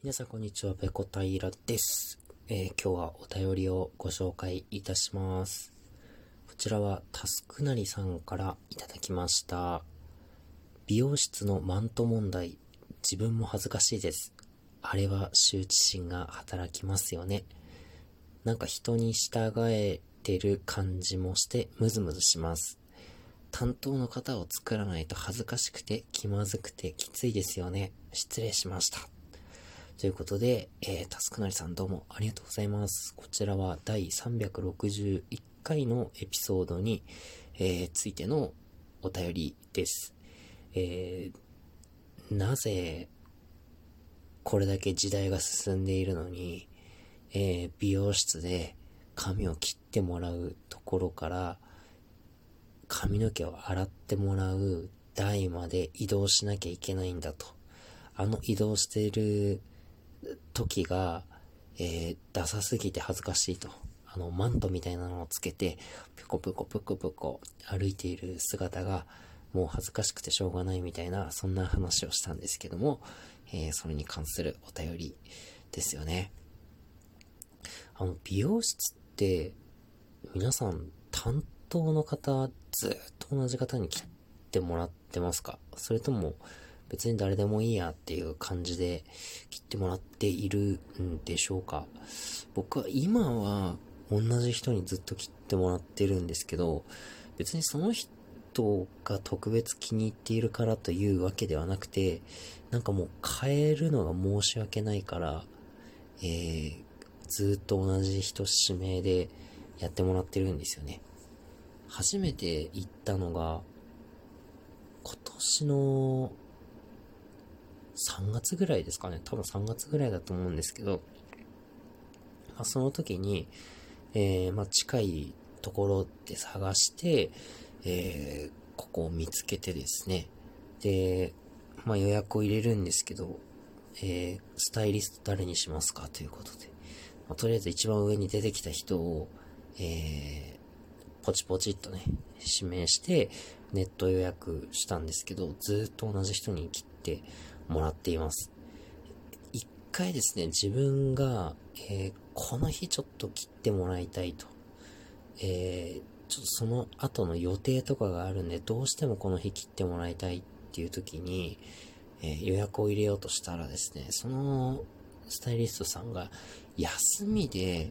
皆さんこんにちは、ペコ平です。今日はお便りをご紹介いたします。こちらはタスクなりさんからいただきました。美容室のマント問題、自分も恥ずかしいです。あれは羞恥心が働きますよね。なんか人に従えてる感じもしてムズムズします。担当の方を作らないと恥ずかしくて気まずくてきついですよね。失礼しました。ということで、タスクなりさんどうもありがとうございます。こちらは第361回のエピソードに、ついてのお便りです。なぜこれだけ時代が進んでいるのに、美容室で髪を切ってもらうところから髪の毛を洗ってもらう台まで移動しなきゃいけないんだと。移動している時が、ダサすぎて恥ずかしいと。マントみたいなのをつけて、ぷこぷこぷこぷこ歩いている姿が、もう恥ずかしくてしょうがないみたいな、そんな話をしたんですけども、それに関するお便りですよね。美容室って、皆さん、担当の方、ずっと同じ方に切ってもらってますか？それとも、別に誰でもいいやっていう感じで切ってもらっているんでしょうか？僕は今は同じ人にずっと切ってもらってるんですけど、別にその人が特別気に入っているからというわけではなくて、なんかもう変えるのが申し訳ないから、ずっと同じ人指名でやってもらってるんですよね。初めて行ったのが今年の3月ぐらいですかね。多分3月ぐらいだと思うんですけど、その時に、近いところで探して、ここを見つけてですね。で、予約を入れるんですけど、スタイリスト誰にしますかということで、とりあえず一番上に出てきた人を、ポチポチっとね、指名して、ネット予約したんですけど、ずっと同じ人に切ってもらっています。一回ですね、自分が、この日ちょっと切ってもらいたいと。ちょっとその後の予定とかがあるんで、どうしてもこの日切ってもらいたいっていう時に、予約を入れようとしたらですね、そのスタイリストさんが休みで、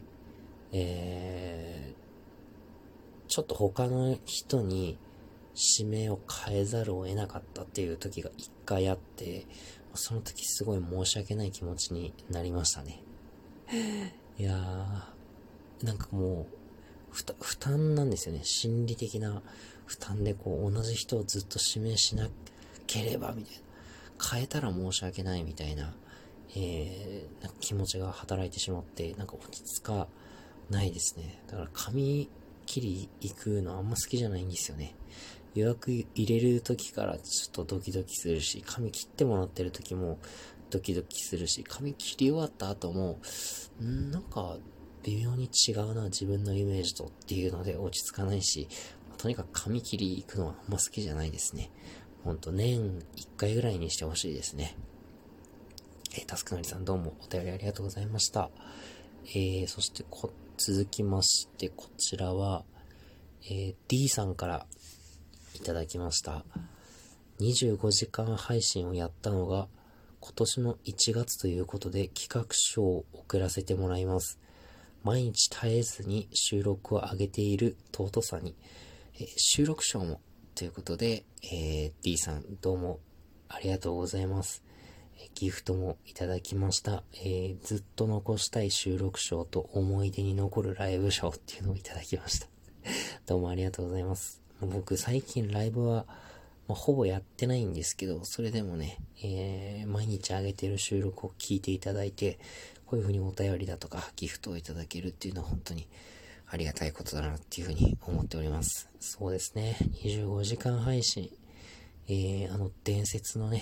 ちょっと他の人に指名を変えざるを得なかったっていう時が一回あって、その時すごい申し訳ない気持ちになりましたね。いやー、なんかもう、負担なんですよね。心理的な負担で同じ人をずっと指名しなければみたいな。変えたら申し訳ないみたいな、なんか気持ちが働いてしまって、なんか落ち着かないですね。だから髪切り行くのあんま好きじゃないんですよね。予約入れる時からちょっとドキドキするし、髪切ってもらってる時もドキドキするし、髪切り終わった後も、なんか微妙に違うな、自分のイメージとっていうので落ち着かないし、とにかく髪切り行くのはあんま好きじゃないですね。ほんと年1回ぐらいにしてほしいですね。タスクなりさんどうもお便りありがとうございました。そして続きまして、こちらは、D さんからいただきました。25時間配信をやったのが今年の1月ということで企画書を送らせてもらいます。毎日絶えずに収録を上げている尊さに、収録賞もということで、D さんどうもありがとうございます。ギフトもいただきました。ずっと残したい収録賞と思い出に残るライブ賞っていうのをいただきました。どうもありがとうございます。僕最近ライブは、ほぼやってないんですけど、それでもね、毎日上げてる収録を聞いていただいて、こういう風にお便りだとかギフトをいただけるっていうのは本当にありがたいことだなっていう風に思っております。そうですね、25時間配信、伝説のね、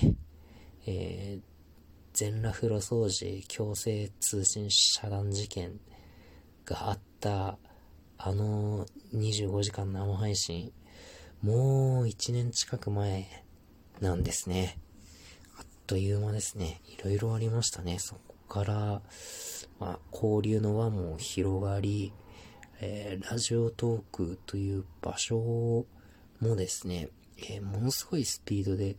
全裸風呂掃除強制通信遮断事件があった25時間生配信、もう1年近く前なんですね。あっという間ですね。いろいろありましたね、そこから、交流の輪も広がり、ラジオトークという場所もですね、ものすごいスピードで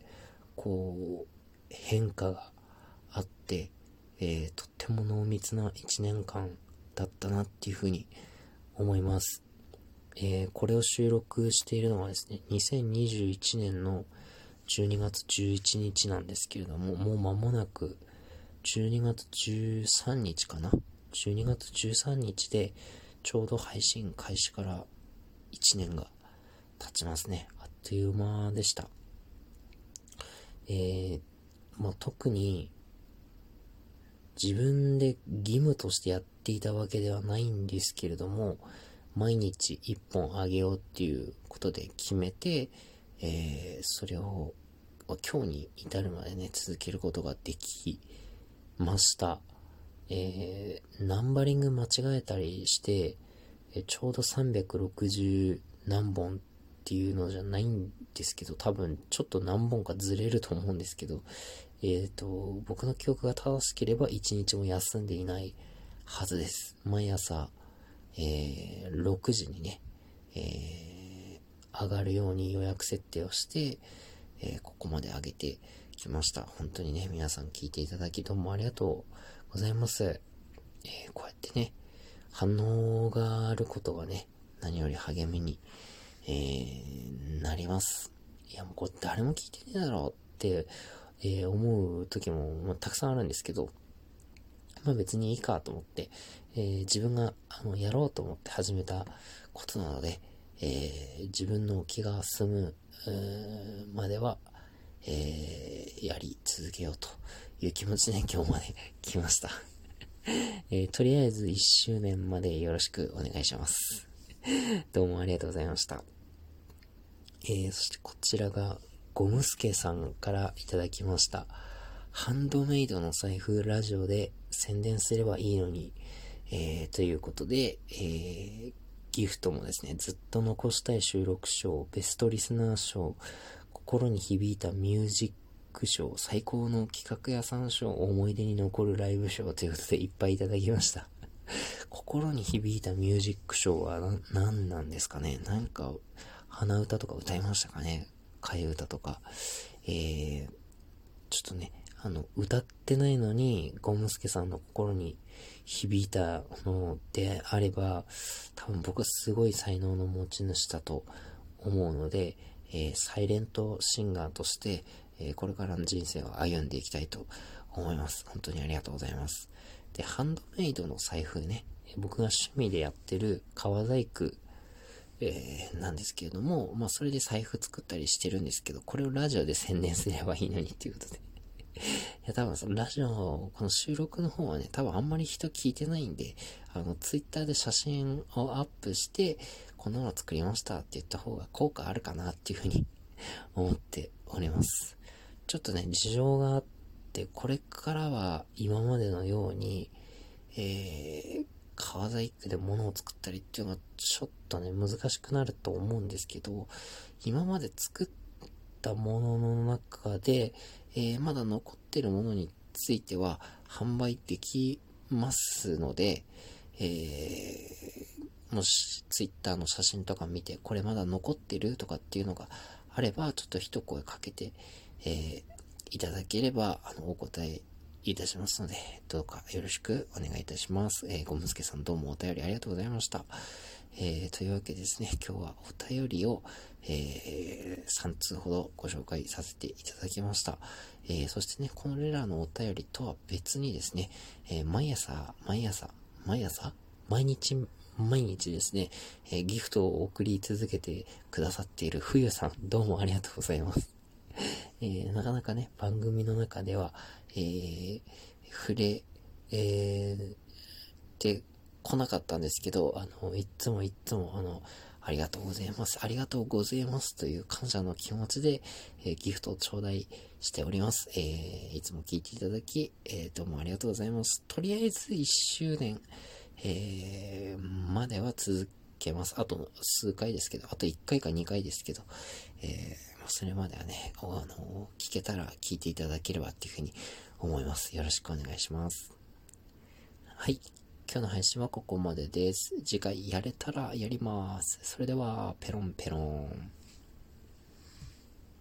変化があって、とっても濃密な1年間だったなっていうふうに思います。これを収録しているのはですね、2021年の12月11日なんですけれども、もう間もなく12月13日かな ?12 月13日でちょうど配信開始から1年が経ちますね。あっという間でした。特に自分で義務としてやっていたわけではないんですけれども、毎日1本あげようっていうことで決めて、それを今日に至るまでね、続けることができました。ナンバリング間違えたりして、ちょうど360何本っていうのじゃないんですけど、多分ちょっと何本かずれると思うんですけど、僕の記憶が正しければ1日も休んでいないはずです。毎朝、6時にね、上がるように予約設定をして、ここまで上げてきました。本当にね、皆さん聞いていただきどうもありがとうございます。こうやってね、反応があることがね、何より励みに、なります。いやもうこれ誰も聞いてねえだろうって、思う時も、たくさんあるんですけど、別にいいかと思って、自分がやろうと思って始めたことなので、自分の気が済むまでは、やり続けようという気持ちで今日まで来ました。とりあえず1周年までよろしくお願いします。どうもありがとうございました。そしてこちらがゴムスケさんからいただきました。ハンドメイドの財布ラジオで宣伝すればいいのに、ということで、ギフトもですね、ずっと残したい収録賞、ベストリスナー賞、心に響いたミュージック賞、最高の企画屋さん賞、思い出に残るライブ賞ということでいっぱいいただきました。心に響いたミュージック賞は何なんですかね。なんか鼻歌とか歌いましたかね。替え歌とか。ちょっとね、歌ってないのに、ゴムスケさんの心に響いたのであれば、多分僕はすごい才能の持ち主だと思うので、サイレントシンガーとして、これからの人生を歩んでいきたいと思います。本当にありがとうございます。で、ハンドメイドの財布ね、僕が趣味でやってる革細工、なんですけれども、それで財布作ったりしてるんですけど、これをラジオで宣伝すればいいのにっていうことで。いや、多分そのラジオ、この収録の方はね、多分あんまり人聞いてないんで、ツイッターで写真をアップして、こんなの作りましたって言った方が効果あるかなっていうふうに思っております。ちょっとね、事情があって、これからは今までのように、革細工で物を作ったりっていうのはちょっとね、難しくなると思うんですけど、今まで作ったものの中で、まだ残ってるものについては販売できますので、もしツイッターの写真とか見て、これまだ残ってるとかっていうのがあれば、ちょっと一声かけて、いただければ、お答えいたしますので、どうかよろしくお願いいたします。ゴムスケさんどうもお便りありがとうございました。というわけですね、今日はお便りを、3通ほどご紹介させていただきました。そしてね、これらのお便りとは別にですね、毎日ですね、ギフトを送り続けてくださっている冬さん、どうもありがとうございます。なかなかね、番組の中では、触れ、てこなかったんですけど、いつも、ありがとうございます。ありがとうございますという感謝の気持ちで、ギフトを頂戴しております。いつも聞いていただき、どうもありがとうございます。とりあえず1周年、までは続けます。あと数回ですけど、あと1回か2回ですけど、それまではね、聞けたら聞いていただければっていうふうに思います。よろしくお願いします。 はい。今日の配信はここまでです。次回やれたらやります。それでは、ペロンペロン。